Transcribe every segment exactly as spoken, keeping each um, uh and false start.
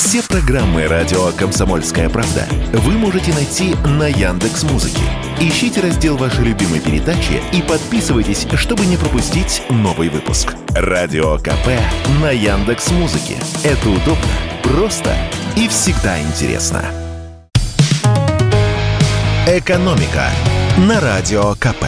Все программы радио «Комсомольская правда» вы можете найти на Яндекс.Музыке. Ищите раздел вашей любимой передачи и подписывайтесь, чтобы не пропустить новый выпуск. Радио КП на Яндекс.Музыке. Это удобно, просто и всегда интересно. «Экономика» на Радио КП.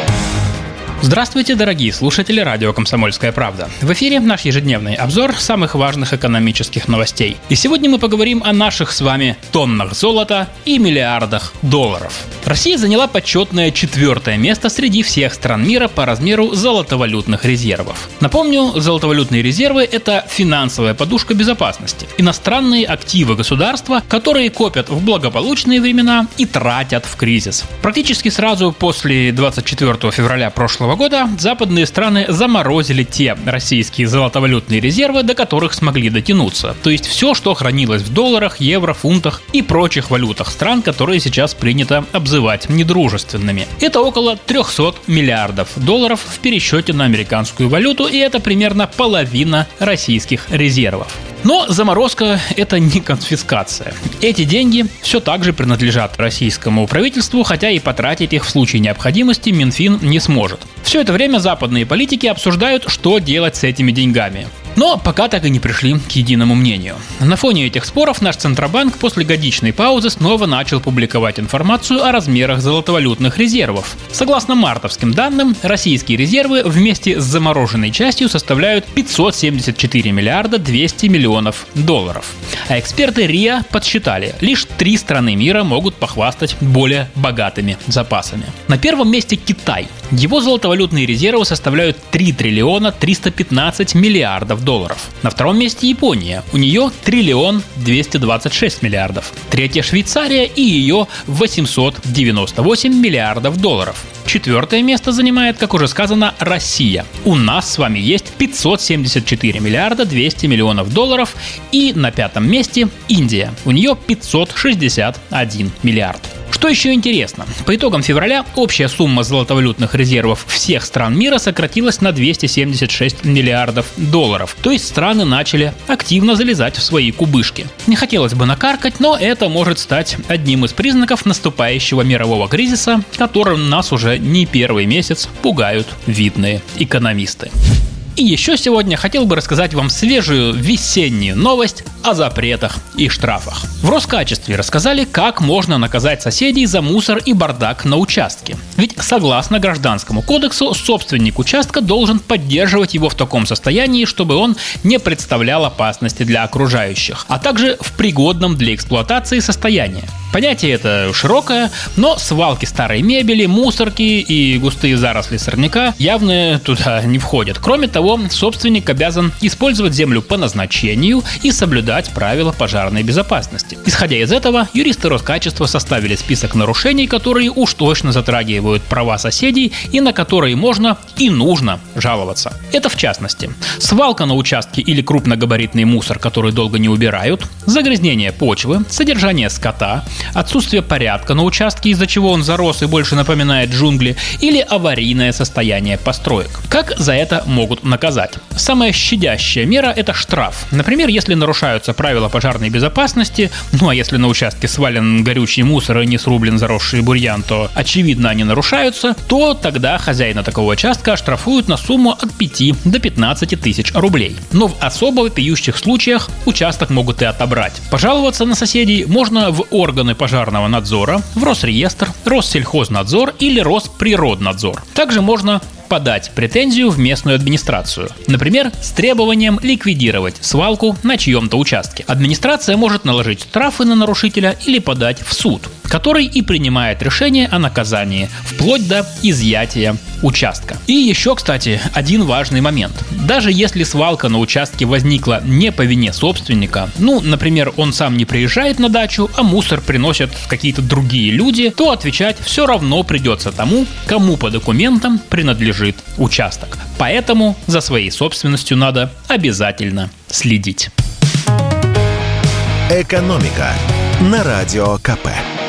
Здравствуйте, дорогие слушатели радио «Комсомольская правда». В эфире наш ежедневный обзор самых важных экономических новостей. И сегодня мы поговорим о наших с вами тоннах золота и миллиардах долларов. Россия заняла почетное четвертое место среди всех стран мира по размеру золотовалютных резервов. Напомню, золотовалютные резервы – это финансовая подушка безопасности. Иностранные активы государства, которые копят в благополучные времена и тратят в кризис. Практически сразу после двадцать четвёртого февраля прошлого года западные страны заморозили те российские золотовалютные резервы, до которых смогли дотянуться. То есть все, что хранилось в долларах, евро, фунтах и прочих валютах стран, которые сейчас принято обзывать недружественными. Это около триста миллиардов долларов в пересчете на американскую валюту, и это примерно половина российских резервов. Но заморозка – это не конфискация. Эти деньги все так же принадлежат российскому правительству, хотя и потратить их в случае необходимости Минфин не сможет. Все это время западные политики обсуждают, что делать с этими деньгами. Но пока так и не пришли к единому мнению. На фоне этих споров наш Центробанк после годичной паузы снова начал публиковать информацию о размерах золотовалютных резервов. Согласно мартовским данным, российские резервы вместе с замороженной частью составляют пятьсот семьдесят четыре миллиарда двести миллионов долларов. А эксперты РИА подсчитали, лишь три страны мира могут похвастать более богатыми запасами. На первом месте Китай. Его золотовалютные резервы составляют три триллиона триста пятнадцать миллиардов долларов. На втором месте Япония. У нее триллион двести двадцать шесть миллиардов. Третья Швейцария, и ее восемьсот девяносто восемь миллиардов долларов. Четвертое место занимает, как уже сказано, Россия. У нас с вами есть пятьсот семьдесят четыре миллиарда двести миллионов долларов. И на пятом месте Индия. У нее пятьсот шестьдесят один миллиард. Что еще интересно? По итогам февраля общая сумма золотовалютных резервов всех стран мира сократилась на двести семьдесят шесть миллиардов долларов. То есть страны начали активно залезать в свои кубышки. Не хотелось бы накаркать, но это может стать одним из признаков наступающего мирового кризиса, которым нас уже не первый месяц пугают видные экономисты. И еще сегодня хотел бы рассказать вам свежую весеннюю новость о запретах и штрафах. В Роскачестве рассказали, как можно наказать соседей за мусор и бардак на участке. Ведь согласно Гражданскому кодексу, собственник участка должен поддерживать его в таком состоянии, чтобы он не представлял опасности для окружающих, а также в пригодном для эксплуатации состоянии. Понятие это широкое, но свалки старой мебели, мусорки и густые заросли сорняка явно туда не входят. Кроме того, собственник обязан использовать землю по назначению и соблюдать правила пожарной безопасности. Исходя из этого, юристы Роскачества составили список нарушений, которые уж точно затрагивают права соседей и на которые можно и нужно жаловаться. Это в частности: свалка на участке или крупногабаритный мусор, который долго не убирают, загрязнение почвы, содержание скота, отсутствие порядка на участке, из-за чего он зарос и больше напоминает джунгли, или аварийное состояние построек. Как за это могут наказать? Самая щадящая мера – это штраф. Например, если нарушаются правила пожарной безопасности, ну а если на участке свален горючий мусор и не срублен заросший бурьян, то очевидно они нарушаются, то тогда хозяина такого участка оштрафуют на сумму от пяти до пятнадцати тысяч рублей. Но в особо вопиющих случаях участок могут и отобрать. Пожаловаться на соседей можно в органы пожарного надзора, в Росреестр, Россельхознадзор или Росприроднадзор. Также можно подать претензию в местную администрацию. Например, с требованием ликвидировать свалку на чьем-то участке. Администрация может наложить штрафы на нарушителя или подать в суд, который и принимает решение о наказании, вплоть до изъятия участка. И еще, кстати, один важный момент. Даже если свалка на участке возникла не по вине собственника, ну, например, он сам не приезжает на дачу, а мусор приносят какие-то другие люди, то отвечать все равно придется тому, кому по документам принадлежит участок. Поэтому за своей собственностью надо обязательно следить. Экономика на Радио КП.